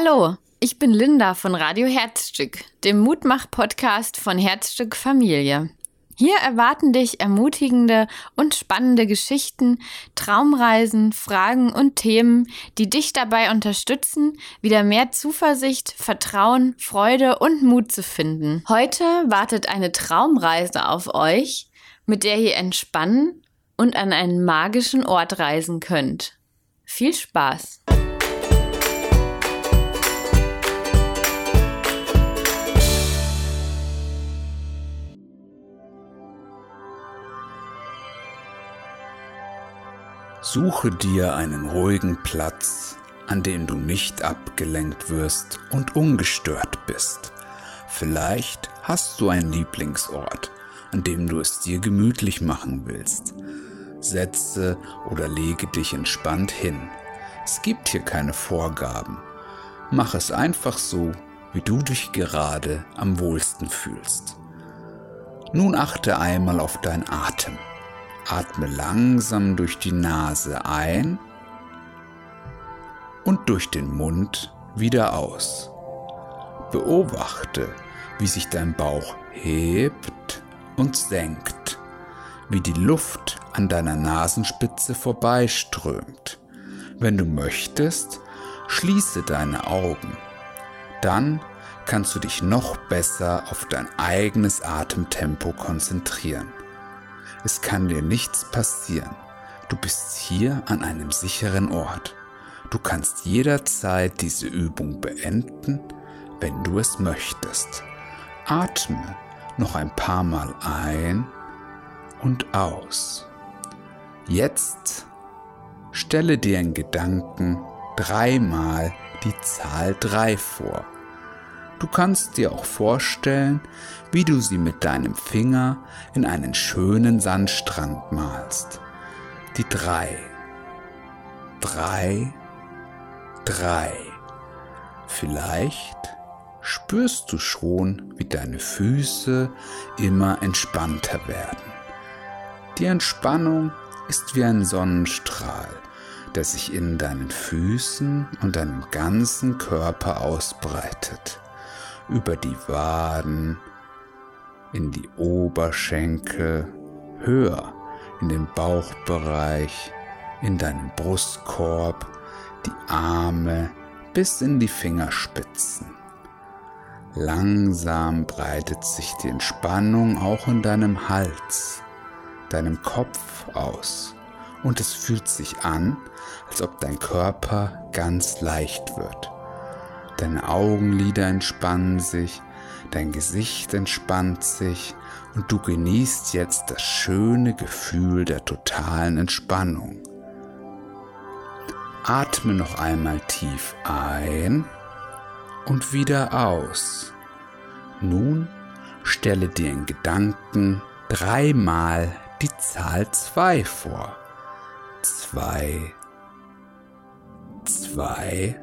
Hallo, ich bin Linda von Radio Herzstück, dem Mutmach-Podcast von Herzstück Familie. Hier erwarten dich ermutigende und spannende Geschichten, Traumreisen, Fragen und Themen, die dich dabei unterstützen, wieder mehr Zuversicht, Vertrauen, Freude und Mut zu finden. Heute wartet eine Traumreise auf euch, mit der ihr entspannen und an einen magischen Ort reisen könnt. Viel Spaß! Suche dir einen ruhigen Platz, an dem du nicht abgelenkt wirst und ungestört bist. Vielleicht hast du einen Lieblingsort, an dem du es dir gemütlich machen willst. Setze oder lege dich entspannt hin. Es gibt hier keine Vorgaben. Mach es einfach so, wie du dich gerade am wohlsten fühlst. Nun achte einmal auf deinen Atem. Atme langsam durch die Nase ein und durch den Mund wieder aus. Beobachte, wie sich dein Bauch hebt und senkt, wie die Luft an deiner Nasenspitze vorbeiströmt. Wenn du möchtest, schließe deine Augen. Dann kannst du dich noch besser auf dein eigenes Atemtempo konzentrieren. Es kann dir nichts passieren. Du bist hier an einem sicheren Ort. Du kannst jederzeit diese Übung beenden, wenn du es möchtest. Atme noch ein paar Mal ein und aus. Jetzt stelle dir in Gedanken 3-mal die Zahl 3 vor. Du kannst dir auch vorstellen, wie du sie mit deinem Finger in einen schönen Sandstrand malst. Die 3. 3, 3. Vielleicht spürst du schon, wie deine Füße immer entspannter werden. Die Entspannung ist wie ein Sonnenstrahl, der sich in deinen Füßen und deinem ganzen Körper ausbreitet. Über die Waden, in die Oberschenkel, höher in den Bauchbereich, in deinen Brustkorb, die Arme bis in die Fingerspitzen. Langsam breitet sich die Entspannung auch in deinem Hals, deinem Kopf aus und es fühlt sich an, als ob dein Körper ganz leicht wird. Deine Augenlider entspannen sich, dein Gesicht entspannt sich und du genießt jetzt das schöne Gefühl der totalen Entspannung. Atme noch einmal tief ein und wieder aus. Nun stelle dir in Gedanken 3-mal die Zahl 2 vor. 2, 2,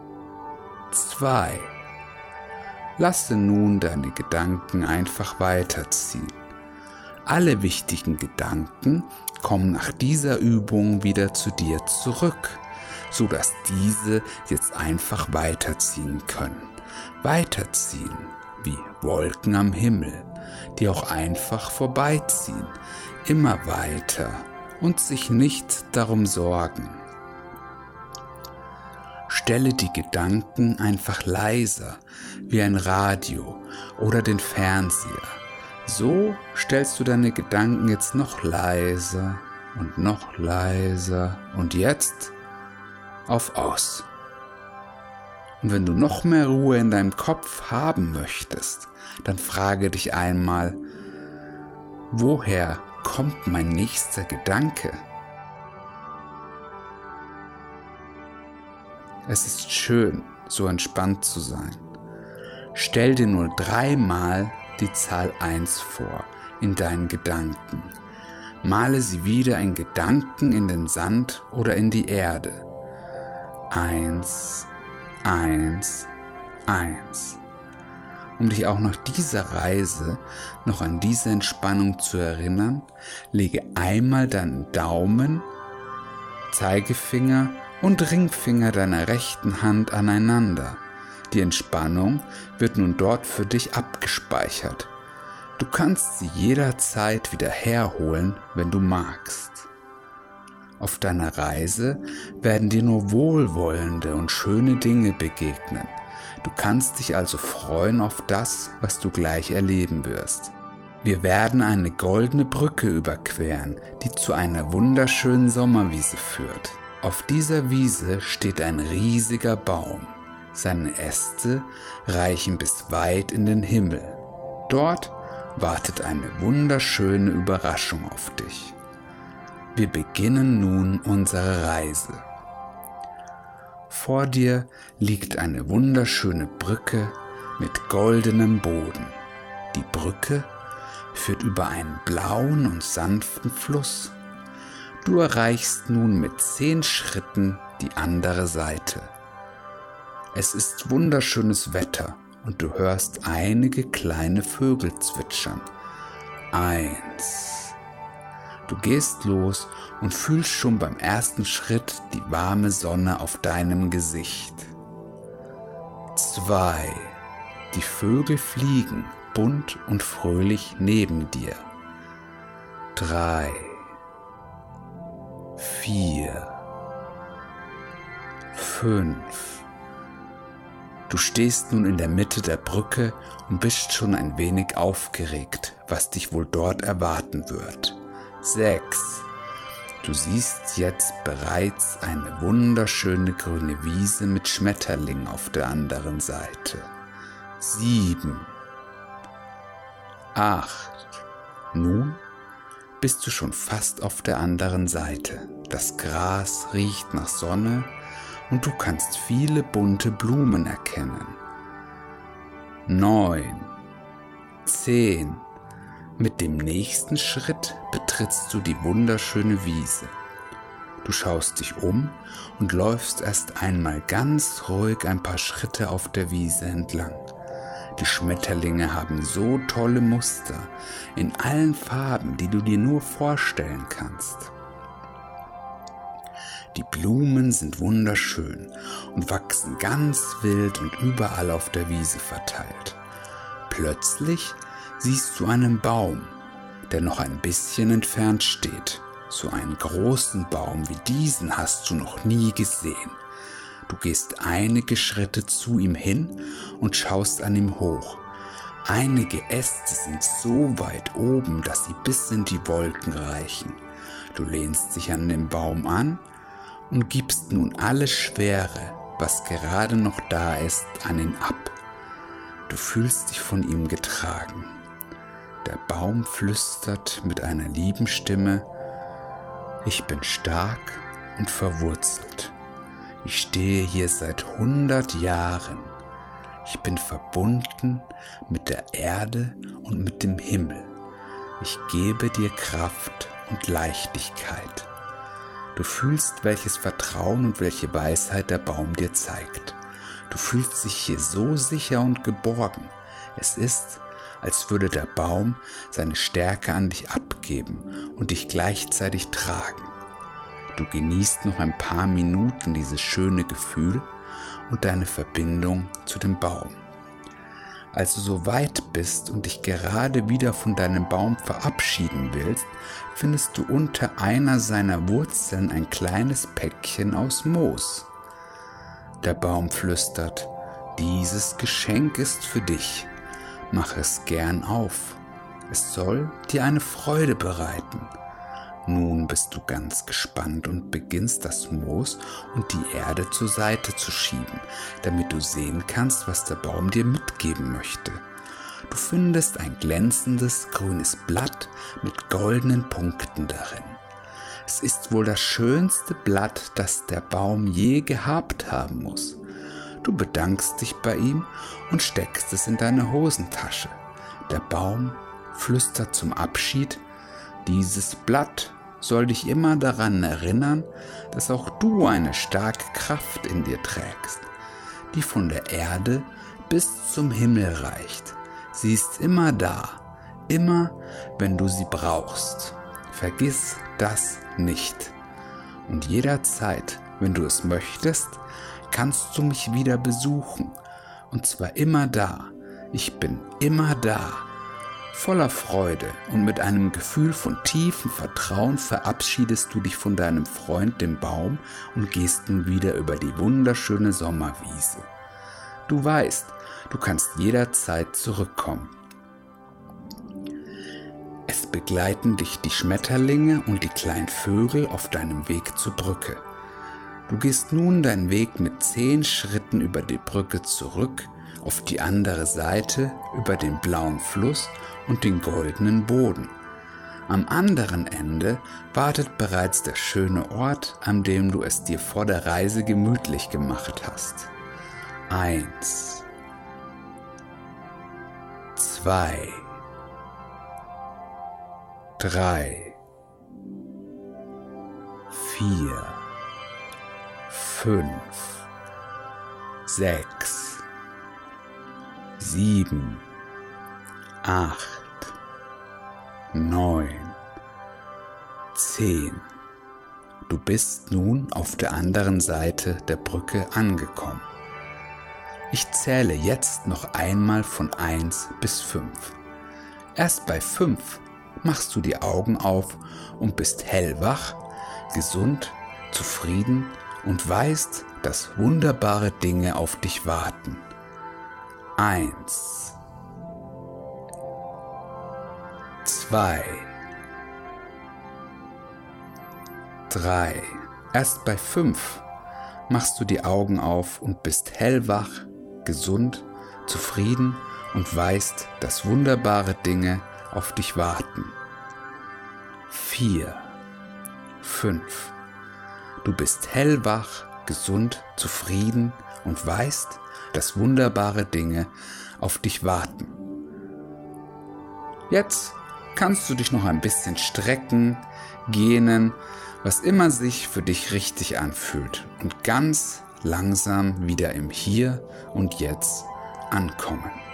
2. Lasse nun deine Gedanken einfach weiterziehen. Alle wichtigen Gedanken kommen nach dieser Übung wieder zu dir zurück, sodass diese jetzt einfach weiterziehen können. Weiterziehen wie Wolken am Himmel, die auch einfach vorbeiziehen, immer weiter und sich nicht darum sorgen. Stelle die Gedanken einfach leiser, wie ein Radio oder den Fernseher. So stellst du deine Gedanken jetzt noch leiser und jetzt auf Aus. Und wenn du noch mehr Ruhe in deinem Kopf haben möchtest, dann frage dich einmal, woher kommt mein nächster Gedanke? Es ist schön, so entspannt zu sein. Stell dir nur 3-mal die Zahl 1 vor in deinen Gedanken. Male sie wieder in Gedanken in den Sand oder in die Erde. 1, 1, 1. Um dich auch nach dieser Reise noch an diese Entspannung zu erinnern, lege einmal deinen Daumen, Zeigefinger und Ringfinger deiner rechten Hand aneinander. Die Entspannung wird nun dort für dich abgespeichert. Du kannst sie jederzeit wieder herholen, wenn du magst. Auf deiner Reise werden dir nur wohlwollende und schöne Dinge begegnen. Du kannst dich also freuen auf das, was du gleich erleben wirst. Wir werden eine goldene Brücke überqueren, die zu einer wunderschönen Sommerwiese führt. Auf dieser Wiese steht ein riesiger Baum. Seine Äste reichen bis weit in den Himmel. Dort wartet eine wunderschöne Überraschung auf dich. Wir beginnen nun unsere Reise. Vor dir liegt eine wunderschöne Brücke mit goldenem Boden. Die Brücke führt über einen blauen und sanften Fluss. Du erreichst nun mit 10 Schritten die andere Seite. Es ist wunderschönes Wetter und du hörst einige kleine Vögel zwitschern. 1. Du gehst los und fühlst schon beim ersten Schritt die warme Sonne auf deinem Gesicht. 2. Die Vögel fliegen bunt und fröhlich neben dir. 3. 4. 5. Du stehst nun in der Mitte der Brücke und bist schon ein wenig aufgeregt, was dich wohl dort erwarten wird. 6. Du siehst jetzt bereits eine wunderschöne grüne Wiese mit Schmetterlingen auf der anderen Seite. 7. 8. Nun bist du schon fast auf der anderen Seite. Das Gras riecht nach Sonne und du kannst viele bunte Blumen erkennen. 9. 10. Mit dem nächsten Schritt betrittst du die wunderschöne Wiese. Du schaust dich um und läufst erst einmal ganz ruhig ein paar Schritte auf der Wiese entlang. Die Schmetterlinge haben so tolle Muster in allen Farben, die du dir nur vorstellen kannst. Die Blumen sind wunderschön und wachsen ganz wild und überall auf der Wiese verteilt. Plötzlich siehst du einen Baum, der noch ein bisschen entfernt steht. So einen großen Baum wie diesen hast du noch nie gesehen. Du gehst einige Schritte zu ihm hin und schaust an ihm hoch. Einige Äste sind so weit oben, dass sie bis in die Wolken reichen. Du lehnst dich an den Baum an und gibst nun alle Schwere, was gerade noch da ist, an ihn ab. Du fühlst dich von ihm getragen. Der Baum flüstert mit einer lieben Stimme: Ich bin stark und verwurzelt. Ich stehe hier seit 100 Jahren. Ich bin verbunden mit der Erde und mit dem Himmel. Ich gebe dir Kraft und Leichtigkeit. Du fühlst, welches Vertrauen und welche Weisheit der Baum dir zeigt. Du fühlst dich hier so sicher und geborgen. Es ist, als würde der Baum seine Stärke an dich abgeben und dich gleichzeitig tragen. Du genießt noch ein paar Minuten dieses schöne Gefühl und deine Verbindung zu dem Baum. Als du so weit bist und dich gerade wieder von deinem Baum verabschieden willst, findest du unter einer seiner Wurzeln ein kleines Päckchen aus Moos. Der Baum flüstert: Dieses Geschenk ist für dich. Mach es gern auf. Es soll dir eine Freude bereiten. Nun bist du ganz gespannt und beginnst das Moos und die Erde zur Seite zu schieben, damit du sehen kannst, was der Baum dir mitgeben möchte. Du findest ein glänzendes grünes Blatt mit goldenen Punkten darin. Es ist wohl das schönste Blatt, das der Baum je gehabt haben muss. Du bedankst dich bei ihm und steckst es in deine Hosentasche. Der Baum flüstert zum Abschied: Dieses Blatt soll dich immer daran erinnern, dass auch du eine starke Kraft in dir trägst, die von der Erde bis zum Himmel reicht. Sie ist immer da, immer wenn du sie brauchst. Vergiss das nicht. Und jederzeit, wenn du es möchtest, kannst du mich wieder besuchen Und zwar immer da. Ich bin immer da. Voller Freude und mit einem Gefühl von tiefem Vertrauen verabschiedest du dich von deinem Freund, dem Baum, und gehst nun wieder über die wunderschöne Sommerwiese. Du weißt, du kannst jederzeit zurückkommen. Es begleiten dich die Schmetterlinge und die kleinen Vögel auf deinem Weg zur Brücke. Du gehst nun deinen Weg mit 10 Schritten über die Brücke zurück, auf die andere Seite, über den blauen Fluss und den goldenen Boden. Am anderen Ende wartet bereits der schöne Ort, an dem du es dir vor der Reise gemütlich gemacht hast. 1, 2, 3, 4, 5, 6, 7, 8, 9, 10. Du bist nun auf der anderen Seite der Brücke angekommen. Ich zähle jetzt noch einmal von 1 bis 5. Erst bei 5 machst du die Augen auf und bist hellwach, gesund, zufrieden und weißt, dass wunderbare Dinge auf dich warten. 1, 2, 3. Erst bei 5 machst du die Augen auf und bist hellwach, gesund, zufrieden und weißt, dass wunderbare Dinge auf dich warten. 4, 5. Du bist hellwach, gesund, zufrieden und weißt, dass wunderbare Dinge auf dich warten. Jetzt kannst du dich noch ein bisschen strecken, gähnen, was immer sich für dich richtig anfühlt und ganz langsam wieder im Hier und Jetzt ankommen.